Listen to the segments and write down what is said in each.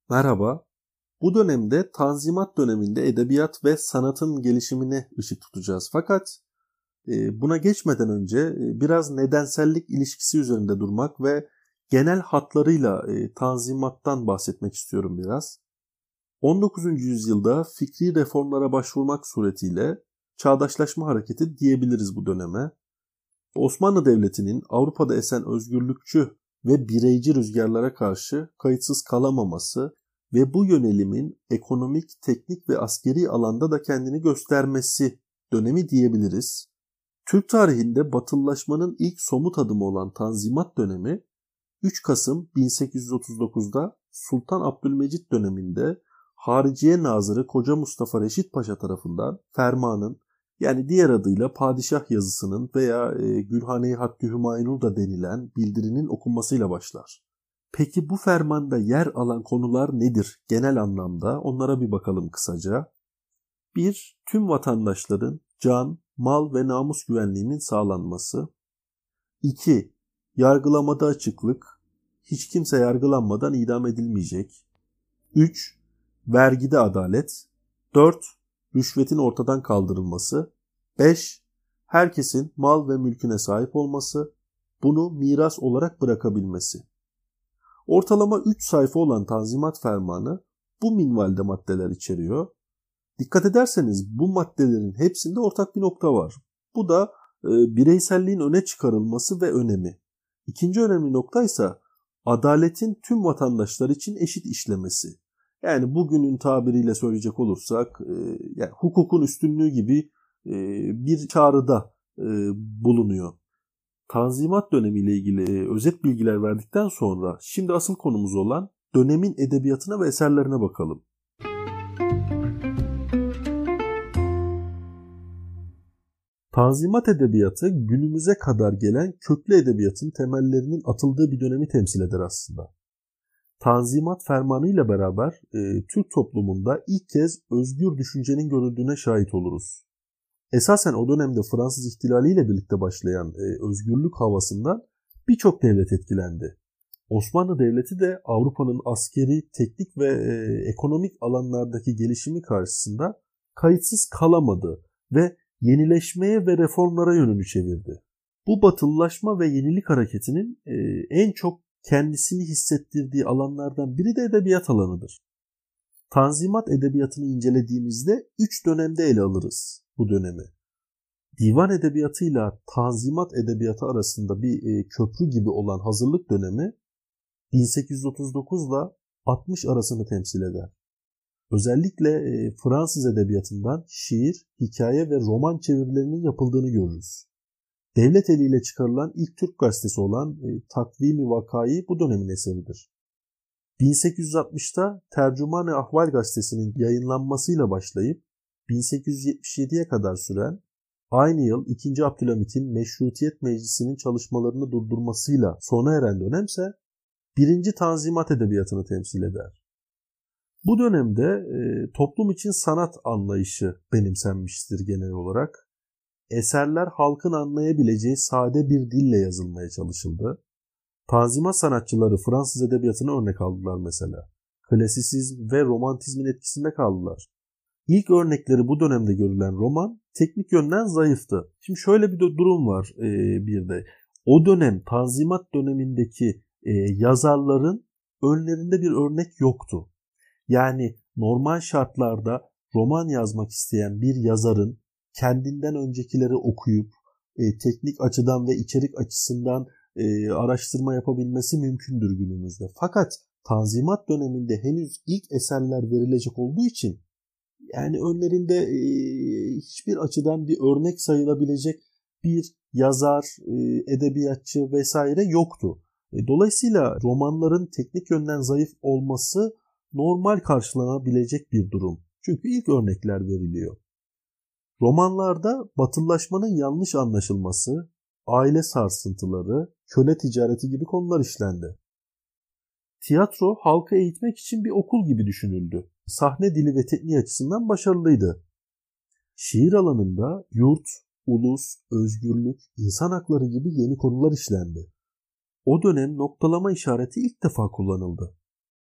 Merhaba. Bu dönemde Tanzimat döneminde edebiyat ve sanatın gelişimine ışık tutacağız. Fakat buna geçmeden önce biraz nedensellik ilişkisi üzerinde durmak ve genel hatlarıyla Tanzimat'tan bahsetmek istiyorum biraz. 19. yüzyılda fikri reformlara başvurmak suretiyle çağdaşlaşma hareketi diyebiliriz bu döneme. Osmanlı Devleti'nin Avrupa'da esen özgürlükçü ve bireyci rüzgarlara karşı kayıtsız kalamaması ve bu yönelimin ekonomik, teknik ve askeri alanda da kendini göstermesi dönemi diyebiliriz. Türk tarihinde batılılaşmanın ilk somut adımı olan Tanzimat dönemi 3 Kasım 1839'da Sultan Abdülmecit döneminde Hariciye Nazırı Koca Mustafa Reşit Paşa tarafından fermanın, yani diğer adıyla padişah yazısının veya Gülhane-i Hakkı Hümayun'u da denilen bildirinin okunmasıyla başlar. Peki bu fermanda yer alan konular nedir genel anlamda? Onlara bir bakalım kısaca. 1. Tüm vatandaşların can, mal ve namus güvenliğinin sağlanması. 2. Yargılamada açıklık. Hiç kimse yargılanmadan idam edilmeyecek. 3. Vergide adalet. 4. Rüşvetin ortadan kaldırılması. 5. Herkesin mal ve mülküne sahip olması. Bunu miras olarak bırakabilmesi. Ortalama 3 sayfa olan Tanzimat Fermanı bu minvalde maddeler içeriyor. Dikkat ederseniz bu maddelerin hepsinde ortak bir nokta var. Bu da bireyselliğin öne çıkarılması ve önemi. İkinci önemli nokta ise adaletin tüm vatandaşlar için eşit işlemesi. Yani bugünün tabiriyle söyleyecek olursak yani hukukun üstünlüğü gibi bir çağrıda bulunuyor. Tanzimat dönemiyle ilgili özet bilgiler verdikten sonra şimdi asıl konumuz olan dönemin edebiyatına ve eserlerine bakalım. Tanzimat edebiyatı günümüze kadar gelen köklü edebiyatın temellerinin atıldığı bir dönemi temsil eder aslında. Tanzimat Fermanı ile beraber Türk toplumunda ilk kez özgür düşüncenin görüldüğüne şahit oluruz. Esasen o dönemde Fransız ihtilali ile birlikte başlayan özgürlük havasından birçok devlet etkilendi. Osmanlı Devleti de Avrupa'nın askeri, teknik ve ekonomik alanlardaki gelişimi karşısında kayıtsız kalamadı ve yenileşmeye ve reformlara yönünü çevirdi. Bu batılılaşma ve yenilik hareketinin en çok kendisini hissettirdiği alanlardan biri de edebiyat alanıdır. Tanzimat edebiyatını incelediğimizde 3 dönemde ele alırız bu dönemi. Divan edebiyatıyla Tanzimat edebiyatı arasında bir köprü gibi olan hazırlık dönemi 1839 ile 60 arasını temsil eder. Özellikle Fransız edebiyatından şiir, hikaye ve roman çevirilerinin yapıldığını görürüz. Devlet eliyle çıkarılan ilk Türk gazetesi olan Takvim-i Vakai bu dönemin eseridir. 1860'ta Tercüman-ı Ahval gazetesinin yayınlanmasıyla başlayıp 1877'ye kadar süren, aynı yıl 2. Abdülhamit'in Meşrutiyet Meclisi'nin çalışmalarını durdurmasıyla sona eren dönemse 1. Tanzimat edebiyatını temsil eder. Bu dönemde toplum için sanat anlayışı benimsenmiştir genel olarak. Eserler halkın anlayabileceği sade bir dille yazılmaya çalışıldı. Tanzimat sanatçıları Fransız edebiyatına örnek aldılar mesela. Klasisizm ve romantizmin etkisinde kaldılar. İlk örnekleri bu dönemde görülen roman teknik yönden zayıftı. Şimdi şöyle bir durum var bir de. O dönem Tanzimat dönemindeki yazarların önlerinde bir örnek yoktu. Yani normal şartlarda roman yazmak isteyen bir yazarın kendinden öncekileri okuyup teknik açıdan ve içerik açısından araştırma yapabilmesi mümkündür günümüzde. Fakat Tanzimat döneminde henüz ilk eserler verilecek olduğu için yani önlerinde hiçbir açıdan bir örnek sayılabilecek bir yazar, edebiyatçı vesaire yoktu. Dolayısıyla romanların teknik yönden zayıf olması normal karşılanabilecek bir durum. Çünkü ilk örnekler veriliyor. Romanlarda batılılaşmanın yanlış anlaşılması, aile sarsıntıları, köle ticareti gibi konular işlendi. Tiyatro halkı eğitmek için bir okul gibi düşünüldü. Sahne dili ve tekniği açısından başarılıydı. Şiir alanında yurt, ulus, özgürlük, insan hakları gibi yeni konular işlendi. O dönem noktalama işareti ilk defa kullanıldı.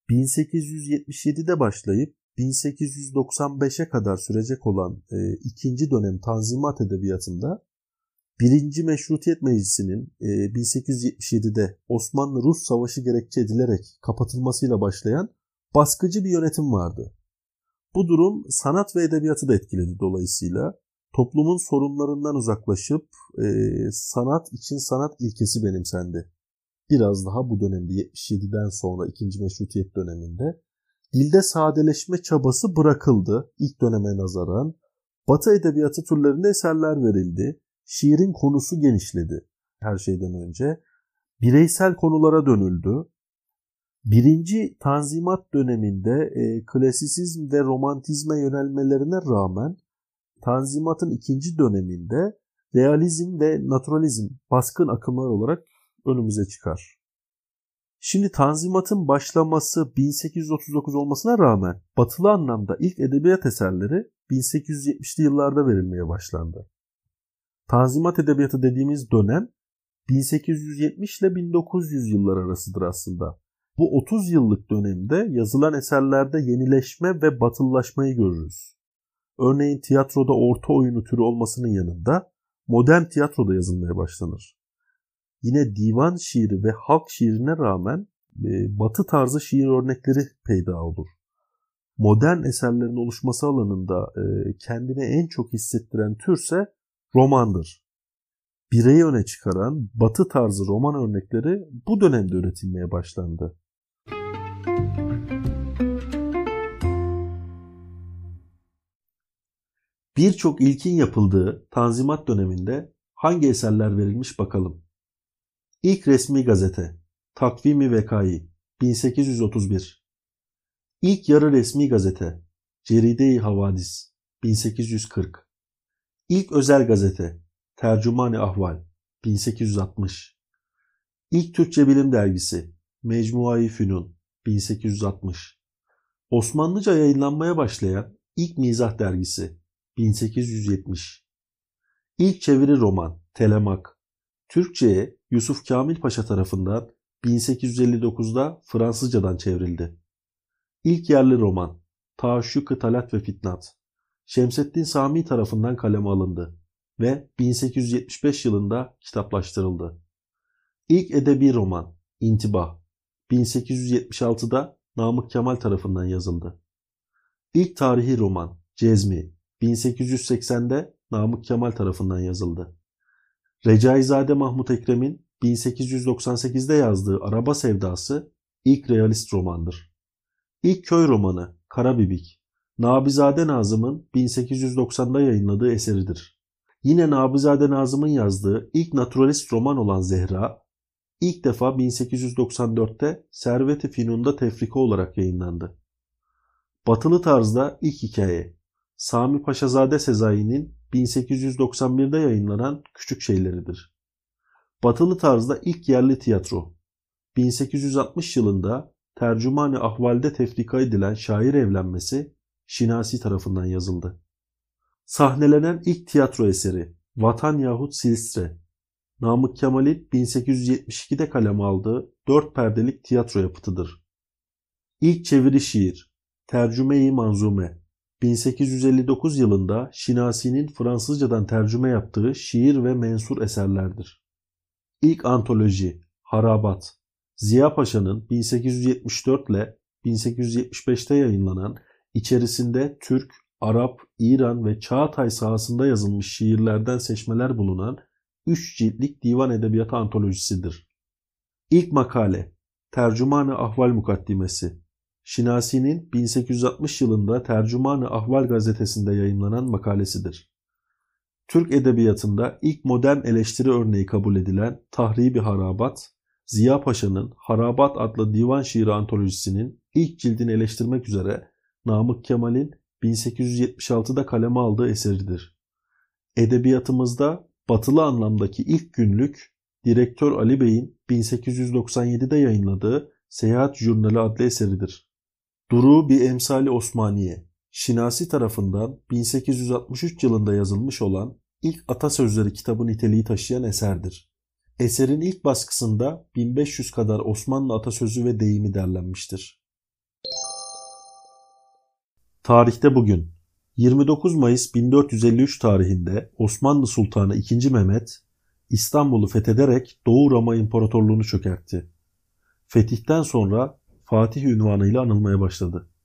1877'de başlayıp 1895'e kadar sürecek olan ikinci dönem Tanzimat Edebiyatı'nda 1. Meşrutiyet Meclisi'nin 1877'de Osmanlı-Rus Savaşı gerekçe edilerek kapatılmasıyla başlayan baskıcı bir yönetim vardı. Bu durum sanat ve edebiyatı da etkiledi dolayısıyla. Toplumun sorunlarından uzaklaşıp sanat için sanat ilkesi benimsendi. Biraz daha bu dönemde 77'den sonra 2. Meşrutiyet döneminde dilde sadeleşme çabası bırakıldı ilk döneme nazaran. Batı edebiyatı türlerinde eserler verildi. Şiirin konusu genişledi her şeyden önce. Bireysel konulara dönüldü. 1. Tanzimat döneminde klasisizm ve romantizme yönelmelerine rağmen Tanzimat'ın 2. döneminde realizm ve naturalizm baskın akımlar olarak önümüze çıkar. Şimdi Tanzimat'ın başlaması 1839 olmasına rağmen batılı anlamda ilk edebiyat eserleri 1870'li yıllarda verilmeye başlandı. Tanzimat edebiyatı dediğimiz dönem 1870 ile 1900 yıllar arasıdır aslında. Bu 30 yıllık dönemde yazılan eserlerde yenileşme ve batılılaşmayı görürüz. Örneğin tiyatroda orta oyunu türü olmasının yanında modern tiyatroda yazılmaya başlanır. Yine divan şiiri ve halk şiirine rağmen batı tarzı şiir örnekleri peyda olur. Modern eserlerin oluşması alanında kendini en çok hissettiren türse romandır. Bireyi öne çıkaran batı tarzı roman örnekleri bu dönemde üretilmeye başlandı. Birçok ilkin yapıldığı Tanzimat döneminde hangi eserler verilmiş bakalım. İlk resmi gazete Takvim-i Vekai 1831. İlk yarı resmi gazete Ceride-i Havadis 1840. İlk özel gazete Tercüman-ı Ahval 1860. İlk Türkçe bilim dergisi Mecmua-i Fünun 1860. Osmanlıca yayınlanmaya başlayan ilk mizah dergisi 1870. İlk çeviri roman Telemak Türkçe'ye Yusuf Kamil Paşa tarafından 1859'da Fransızcadan çevrildi. İlk yerli roman Taşşuk-ı Talat ve Fitnat Şemseddin Sami tarafından kaleme alındı ve 1875 yılında kitaplaştırıldı. İlk edebi roman İntibah 1876'da Namık Kemal tarafından yazıldı. İlk tarihi roman Cezmi 1880'de Namık Kemal tarafından yazıldı. Recaizade Mahmut Ekrem'in 1898'de yazdığı Araba Sevdası ilk realist romandır. İlk köy romanı Karabibik, Nabizade Nazım'ın 1890'da yayınladığı eseridir. Yine Nabizade Nazım'ın yazdığı ilk naturalist roman olan Zehra, ilk defa 1894'te Servet-i Fünun'da tefrika olarak yayınlandı. Batılı tarzda ilk hikaye, Sami Paşazade Sezai'nin 1891'de yayınlanan Küçük Şeyleridir. Batılı tarzda ilk yerli tiyatro, 1860 yılında Tercüman-ı Ahval'de tefrika edilen Şair Evlenmesi Şinasi tarafından yazıldı. Sahnelenen ilk tiyatro eseri Vatan yahut Silistre, Namık Kemal'in 1872'de kaleme aldığı 4 perdelik tiyatro yapıtıdır. İlk çeviri şiir Tercüme-i Manzume 1859 yılında Şinasi'nin Fransızcadan tercüme yaptığı şiir ve mensur eserlerdir. İlk antoloji Harabat Ziya Paşa'nın 1874 ile 1875'te yayınlanan içerisinde Türk, Arap, İran ve Çağatay sahasında yazılmış şiirlerden seçmeler bulunan 3 ciltlik divan edebiyatı antolojisidir. İlk makale Tercüman-ı Ahval Mukaddimesi Şinasi'nin 1860 yılında Tercüman-ı Ahval gazetesinde yayımlanan makalesidir. Türk edebiyatında ilk modern eleştiri örneği kabul edilen Tahrib-i Harabat, Ziya Paşa'nın Harabat adlı divan şiiri antolojisinin ilk cildini eleştirmek üzere Namık Kemal'in 1876'da kaleme aldığı eseridir. Edebiyatımızda batılı anlamdaki ilk günlük Direktör Ali Bey'in 1897'de yayınladığı Seyahat Jurnali adlı eseridir. Duru bir Emsali Osmaniye, Şinasi tarafından 1863 yılında yazılmış olan ilk atasözleri kitabı niteliği taşıyan eserdir. Eserin ilk baskısında 1500 kadar Osmanlı atasözü ve deyimi derlenmiştir. Tarihte bugün 29 Mayıs 1453 tarihinde Osmanlı Sultanı II. Mehmet İstanbul'u fethederek Doğu Roma İmparatorluğunu çökertti. Fetihten sonra Fatih unvanıyla anılmaya başladı.